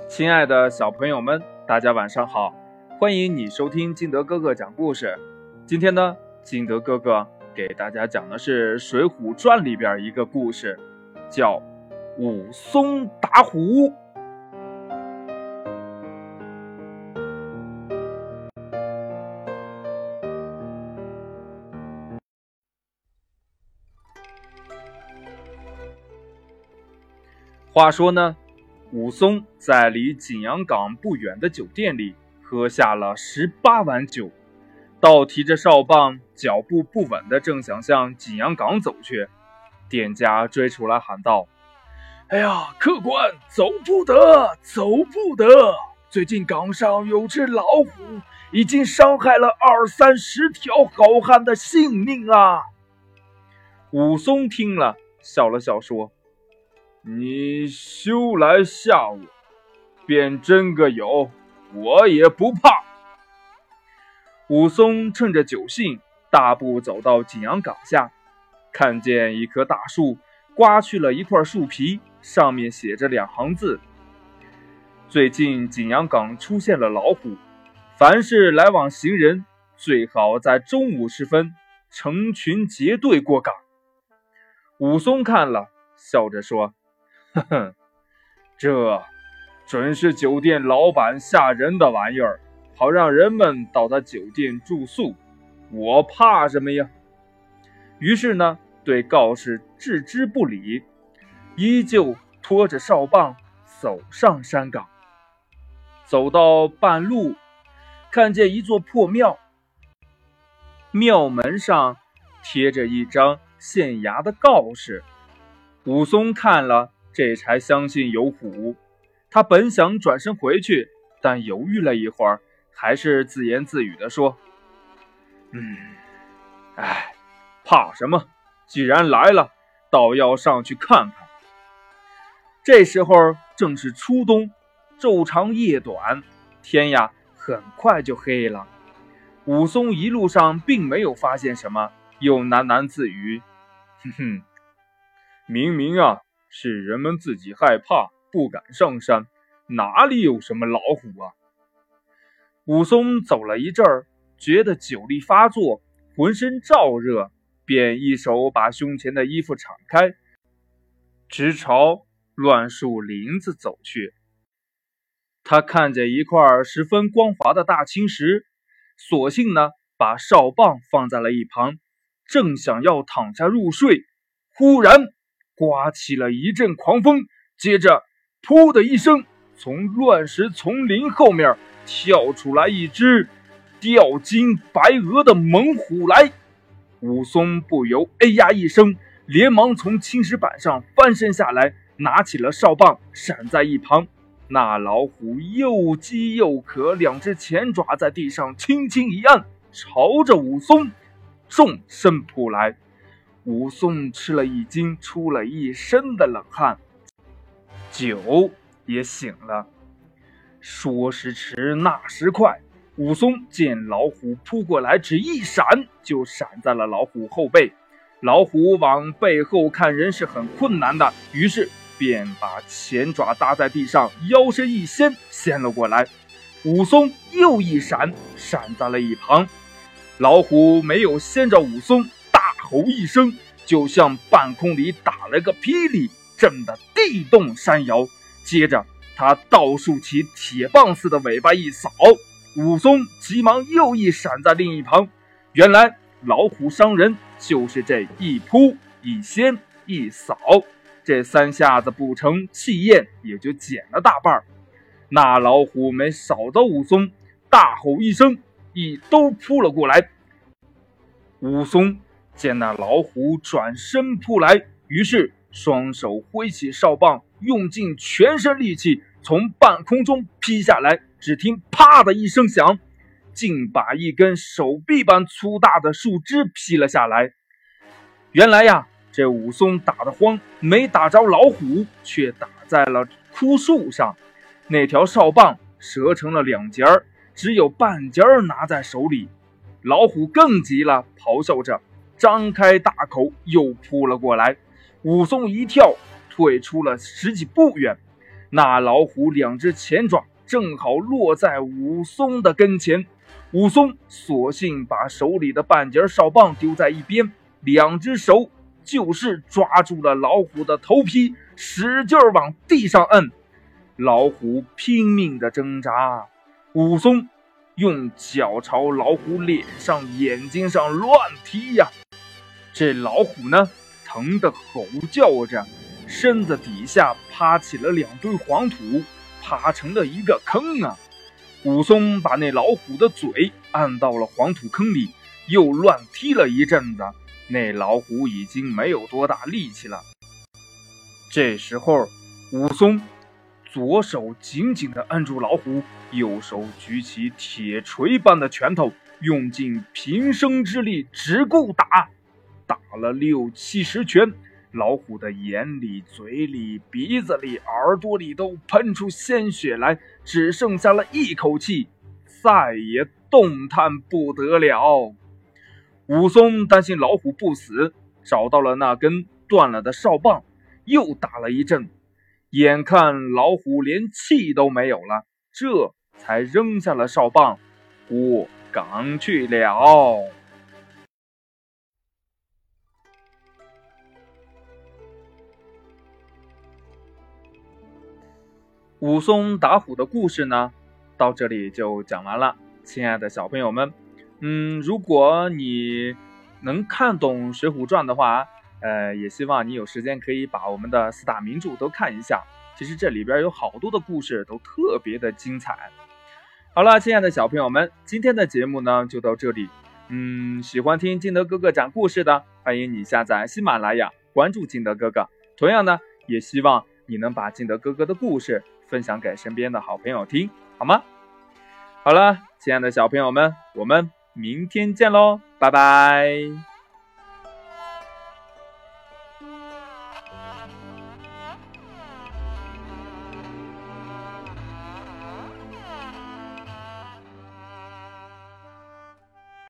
亲爱的小朋友们，大家晚上好，欢迎你收听金德哥哥讲故事。今天呢，金德哥哥给大家讲的是《水浒传》里边一个故事，叫武松打虎。话说呢，武松在离景阳冈不远的酒店里喝下了18碗酒，倒提着哨棒，脚步不稳的正想向景阳冈走去，店家追出来喊道：哎呀，客官，走不得，走不得，最近冈上有只老虎，已经伤害了20-30条好汉的性命啊！武松听了笑了笑说：你休来吓我，便真个有，我也不怕。武松趁着酒兴，大步走到景阳冈下，看见一棵大树，刮去了一块树皮，上面写着2行字：最近景阳冈出现了老虎，凡是来往行人最好在中午时分成群结队过岗。武松看了，笑着说：呵呵，这准是酒店老板吓人的玩意儿，好让人们到他酒店住宿，我怕什么呀？于是呢，对告示置之不理，依旧拖着哨棒走上山岗。走到半路，看见一座破庙，庙门上贴着一张县衙的告示。武松看了，这才相信有虎。他本想转身回去，但犹豫了一会儿，还是自言自语地说：怕什么？既然来了，倒要上去看看。这时候正是初冬，昼长夜短，天呀很快就黑了。武松一路上并没有发现什么，又喃喃自语：明明啊是人们自己害怕不敢上山，哪里有什么老虎啊？武松走了一阵儿，觉得酒力发作，浑身燥热，便一手把胸前的衣服敞开，直朝乱树林子走去。他看见一块十分光滑的大青石，索性呢把哨棒放在了一旁，正想要躺下入睡，忽然刮起了一阵狂风，接着噗的一声，从乱石丛林后面跳出来一只吊睛白额的猛虎来。武松不由哎呀一声，连忙从青石板上翻身下来，拿起了哨棒，闪在一旁。那老虎又饥又渴，2只前爪在地上轻轻一按，朝着武松纵身扑来。武松吃了一惊，出了一身的冷汗，酒也醒了。说时迟，那时快，武松见老虎扑过来，只一闪就闪在了老虎后背。老虎往背后看人是很困难的，于是便把前爪搭在地上，腰身一掀了过来。武松又一闪，闪在了一旁。老虎没有掀着武松，大吼一声，就像半空里打了个霹雳，震得地动山摇。接着他倒竖起铁棒似的尾巴一扫，武松急忙又一闪在另一旁。原来老虎伤人就是这一扑一掀一扫，这3下子不成，气焰也就减了大半。那老虎没扫到武松，大吼一声，一兜扑了过来。武松见那老虎转身扑来，于是双手挥起哨棒，用尽全身力气从半空中劈下来，只听啪的一声响，竟把一根手臂般粗大的树枝劈了下来。原来呀，这武松打得慌，没打着老虎，却打在了枯树上。那条哨棒折成了2截，只有半截拿在手里。老虎更急了，咆哮着张开大口又扑了过来。武松一跳，退出了10几步远。 那老虎两只前爪正好落在武松的跟前，武松索性把手里的半截哨棒丢在一边，两只手就是抓住了老虎的头皮，使劲往地上摁。老虎拼命的挣扎，武松用脚朝老虎脸上眼睛上乱踢呀。这老虎呢，疼得吼叫着，身子底下趴起了两堆黄土，趴成了一个坑啊。武松把那老虎的嘴按到了黄土坑里，又乱踢了一阵子，那老虎已经没有多大力气了。这时候武松左手紧紧地按住老虎，右手举起铁锤般的拳头，用尽平生之力只顾打了6、70拳。老虎的眼里、嘴里、鼻子里、耳朵里都喷出鲜血来，只剩下了一口气，再也动弹不得了。武松担心老虎不死，找到了那根断了的哨棒，又打了一阵，眼看老虎连气都没有了，这才扔下了哨棒，过岗去了。武松打虎的故事呢，到这里就讲完了。亲爱的小朋友们，如果你能看懂《水浒传》的话，也希望你有时间可以把我们的4大名著都看一下。其实这里边有好多的故事都特别的精彩。好了，亲爱的小朋友们，今天的节目呢就到这里。喜欢听金德哥哥讲故事的，欢迎你下载喜马拉雅，关注金德哥哥。同样呢，也希望你能把金德哥哥的故事分享给身边的好朋友听，好吗？好了，亲爱的小朋友们，我们明天见喽，拜拜。